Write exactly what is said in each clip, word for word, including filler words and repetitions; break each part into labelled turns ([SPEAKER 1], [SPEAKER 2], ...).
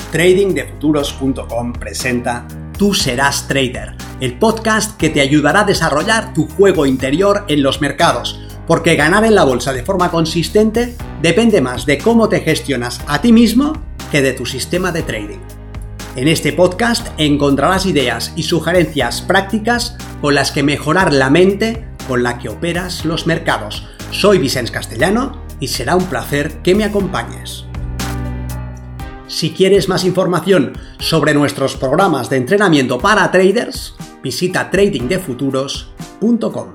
[SPEAKER 1] trading de futuros punto com presenta Tú serás trader, el podcast que te ayudará a desarrollar tu juego interior en los mercados, porque ganar en la bolsa de forma consistente depende más de cómo te gestionas a ti mismo que de tu sistema de trading. En este podcast encontrarás ideas y sugerencias prácticas con las que mejorar la mente con la que operas los mercados. Soy Vicens Castellano y será un placer que me acompañes. Si quieres más información sobre nuestros programas de entrenamiento para traders, visita trading de futuros punto com.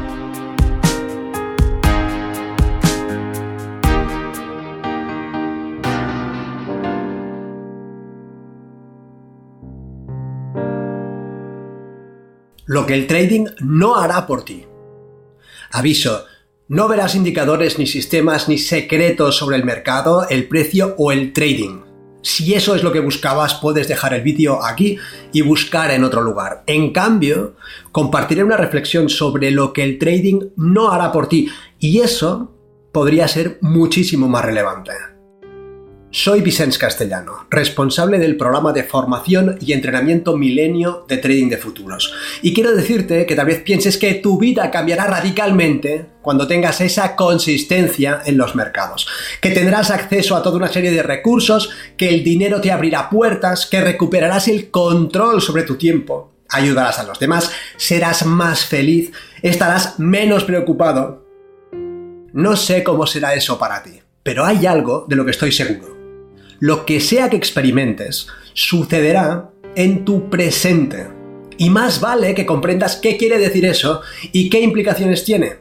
[SPEAKER 1] Lo que el trading no hará por ti. Aviso, no verás indicadores ni sistemas ni secretos sobre el mercado, el precio o el trading. Si eso es lo que buscabas, puedes dejar el vídeo aquí y buscar en otro lugar. En cambio, compartiré una reflexión sobre lo que el trading no hará por ti, y eso podría ser muchísimo más relevante. Soy Vicens Castellano, responsable del programa de formación y entrenamiento Milenio de Trading de Futuros. Y quiero decirte que tal vez pienses que tu vida cambiará radicalmente cuando tengas esa consistencia en los mercados, que tendrás acceso a toda una serie de recursos, que el dinero te abrirá puertas, que recuperarás el control sobre tu tiempo, ayudarás a los demás, serás más feliz, estarás menos preocupado. No sé cómo será eso para ti, pero hay algo de lo que estoy seguro. Lo que sea que experimentes sucederá en tu presente. Y más vale que comprendas qué quiere decir eso y qué implicaciones tiene.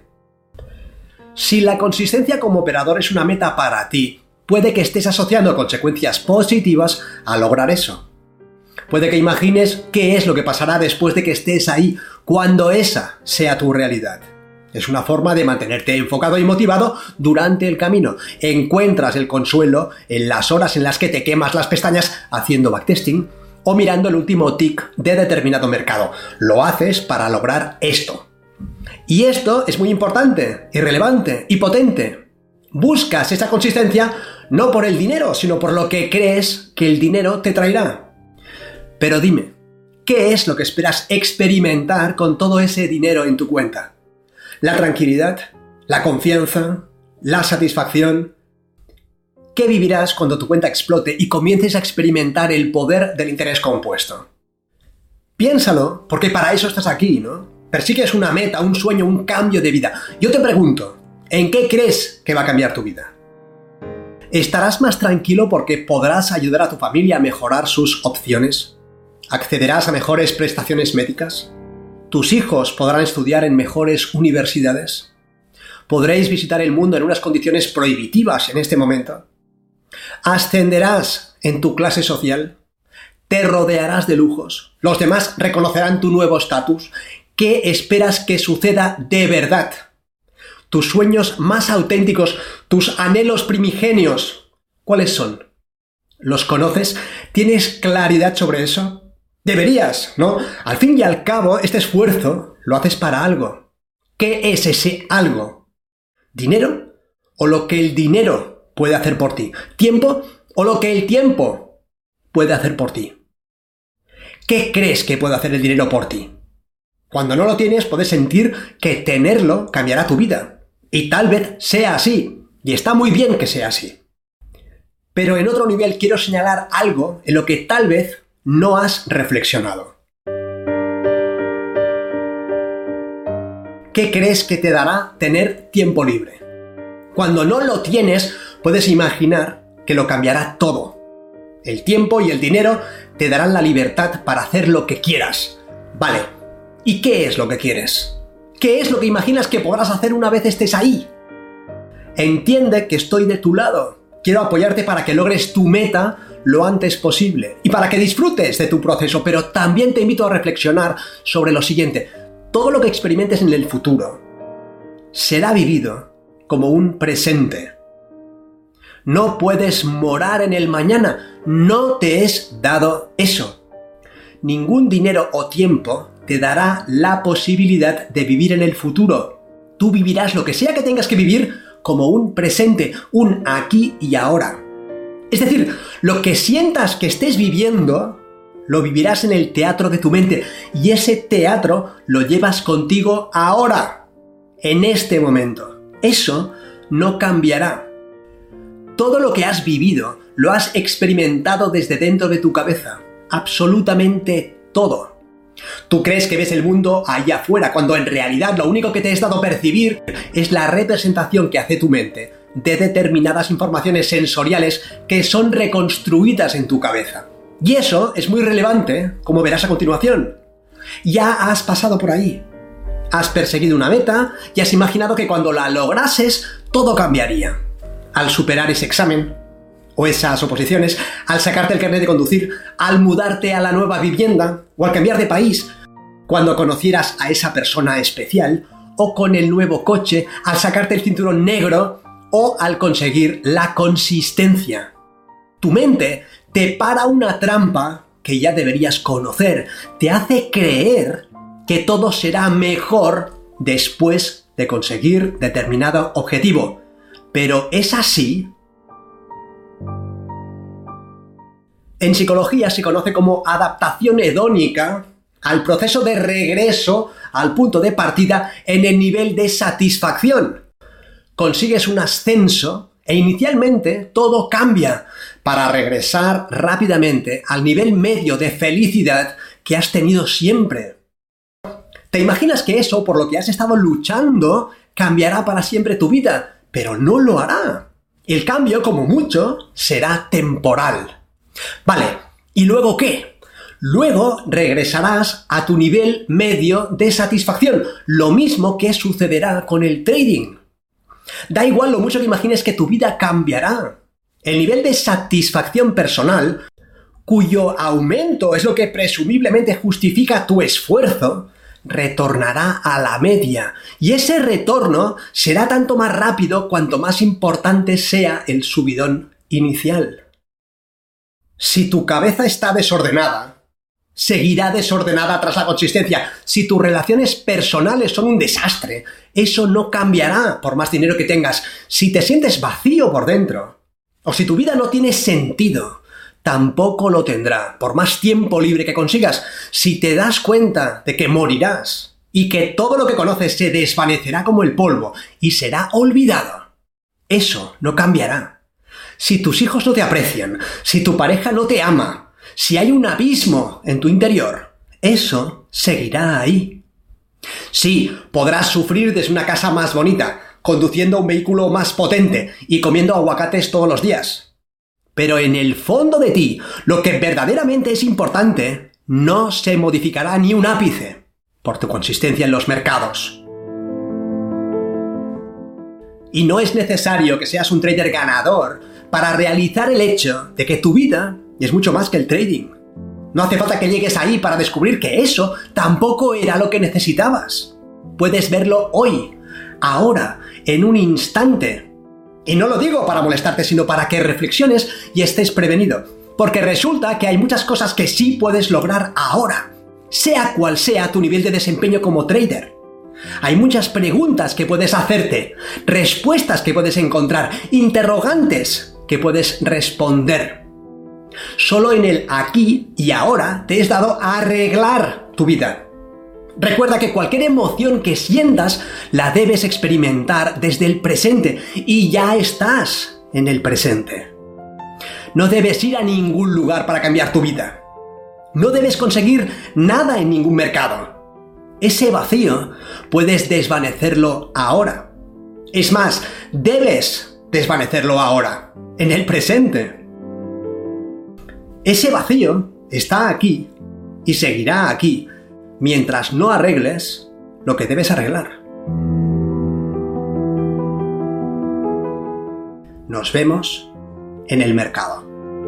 [SPEAKER 1] Si la consistencia como operador es una meta para ti, puede que estés asociando consecuencias positivas a lograr eso. Puede que imagines qué es lo que pasará después de que estés ahí, cuando esa sea tu realidad. Es una forma de mantenerte enfocado y motivado durante el camino. Encuentras el consuelo en las horas en las que te quemas las pestañas haciendo backtesting o mirando el último tick de determinado mercado. Lo haces para lograr esto. Y esto es muy importante, y relevante y potente. Buscas esa consistencia no por el dinero, sino por lo que crees que el dinero te traerá. Pero dime, ¿qué es lo que esperas experimentar con todo ese dinero en tu cuenta? La tranquilidad, la confianza, la satisfacción. ¿Qué vivirás cuando tu cuenta explote y comiences a experimentar el poder del interés compuesto? Piénsalo, porque para eso estás aquí, ¿no? Persigues una meta, un sueño, un cambio de vida. Yo te pregunto, ¿en qué crees que va a cambiar tu vida? ¿Estarás más tranquilo porque podrás ayudar a tu familia a mejorar sus opciones? ¿Accederás a mejores prestaciones médicas? ¿Tus hijos podrán estudiar en mejores universidades? ¿Podréis visitar el mundo en unas condiciones prohibitivas en este momento? ¿Ascenderás en tu clase social? ¿Te rodearás de lujos? ¿Los demás reconocerán tu nuevo estatus? ¿Qué esperas que suceda de verdad? ¿Tus sueños más auténticos, tus anhelos primigenios, cuáles son? ¿Los conoces? ¿Tienes claridad sobre eso? Deberías, ¿no? Al fin y al cabo, este esfuerzo lo haces para algo. ¿Qué es ese algo? ¿Dinero? ¿O lo que el dinero puede hacer por ti? ¿Tiempo? ¿O lo que el tiempo puede hacer por ti? ¿Qué crees que puede hacer el dinero por ti? Cuando no lo tienes, puedes sentir que tenerlo cambiará tu vida. Y tal vez sea así. Y está muy bien que sea así. Pero en otro nivel quiero señalar algo en lo que tal vez no has reflexionado. ¿Qué crees que te dará tener tiempo libre? Cuando no lo tienes, puedes imaginar que lo cambiará todo. El tiempo y el dinero te darán la libertad para hacer lo que quieras. Vale, ¿y qué es lo que quieres? ¿Qué es lo que imaginas que podrás hacer una vez estés ahí? Entiende que estoy de tu lado. Quiero apoyarte para que logres tu meta lo antes posible y para que disfrutes de tu proceso, pero también te invito a reflexionar sobre lo siguiente. Todo lo que experimentes en el futuro será vivido como un presente. No puedes morar en el mañana, no te es dado eso. Ningún dinero o tiempo te dará la posibilidad de vivir en el futuro. Tú vivirás lo que sea que tengas que vivir como un presente, un aquí y ahora. Es decir, lo que sientas que estés viviendo, lo vivirás en el teatro de tu mente, y ese teatro lo llevas contigo ahora, en este momento. Eso no cambiará. Todo lo que has vivido lo has experimentado desde dentro de tu cabeza. Absolutamente todo. Tú crees que ves el mundo allá afuera, cuando en realidad lo único que te es dado percibir es la representación que hace tu mente de determinadas informaciones sensoriales que son reconstruidas en tu cabeza. Y eso es muy relevante, como verás a continuación. Ya has pasado por ahí. Has perseguido una meta y has imaginado que cuando la lograses, todo cambiaría. Al superar ese examen, o esas oposiciones, al sacarte el carnet de conducir, al mudarte a la nueva vivienda, o al cambiar de país, cuando conocieras a esa persona especial, o con el nuevo coche, al sacarte el cinturón negro, o al conseguir la consistencia. Tu mente te para una trampa que ya deberías conocer, te hace creer que todo será mejor después de conseguir determinado objetivo. Pero ¿es así? En psicología se conoce como adaptación hedónica al proceso de regreso al punto de partida en el nivel de satisfacción. Consigues un ascenso e inicialmente todo cambia para regresar rápidamente al nivel medio de felicidad que has tenido siempre. ¿Te imaginas que eso por lo que has estado luchando cambiará para siempre tu vida? Pero no lo hará. El cambio, como mucho, será temporal. Vale, ¿y luego qué? Luego regresarás a tu nivel medio de satisfacción, lo mismo que sucederá con el trading. Da igual lo mucho que imagines que tu vida cambiará. El nivel de satisfacción personal, cuyo aumento es lo que presumiblemente justifica tu esfuerzo, retornará a la media, y ese retorno será tanto más rápido cuanto más importante sea el subidón inicial. Si tu cabeza está desordenada, seguirá desordenada tras la consistencia. Si tus relaciones personales son un desastre, eso no cambiará por más dinero que tengas. Si te sientes vacío por dentro, o si tu vida no tiene sentido, tampoco lo tendrá, por más tiempo libre que consigas. Si te das cuenta de que morirás y que todo lo que conoces se desvanecerá como el polvo y será olvidado, eso no cambiará. Si tus hijos no te aprecian, si tu pareja no te ama, si hay un abismo en tu interior, eso seguirá ahí. Sí, podrás sufrir desde una casa más bonita, conduciendo un vehículo más potente y comiendo aguacates todos los días. Pero en el fondo de ti, lo que verdaderamente es importante no se modificará ni un ápice por tu consistencia en los mercados. Y no es necesario que seas un trader ganador para realizar el hecho de que tu vida es mucho más que el trading. No hace falta que llegues ahí para descubrir que eso tampoco era lo que necesitabas. Puedes verlo hoy, ahora, en un instante. Y no lo digo para molestarte, sino para que reflexiones y estés prevenido. Porque resulta que hay muchas cosas que sí puedes lograr ahora, sea cual sea tu nivel de desempeño como trader. Hay muchas preguntas que puedes hacerte, respuestas que puedes encontrar, interrogantes que puedes responder. Solo en el aquí y ahora te es dado a arreglar tu vida. Recuerda que cualquier emoción que sientas la debes experimentar desde el presente y ya estás en el presente. No debes ir a ningún lugar para cambiar tu vida. No debes conseguir nada en ningún mercado. Ese vacío puedes desvanecerlo ahora. Es más, debes desvanecerlo ahora, en el presente. Ese vacío está aquí y seguirá aquí mientras no arregles lo que debes arreglar. Nos vemos en el mercado.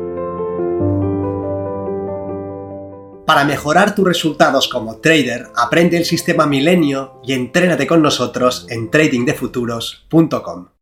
[SPEAKER 1] Para mejorar tus resultados como trader, aprende el sistema Milenio y entrénate con nosotros en trading de futuros punto com.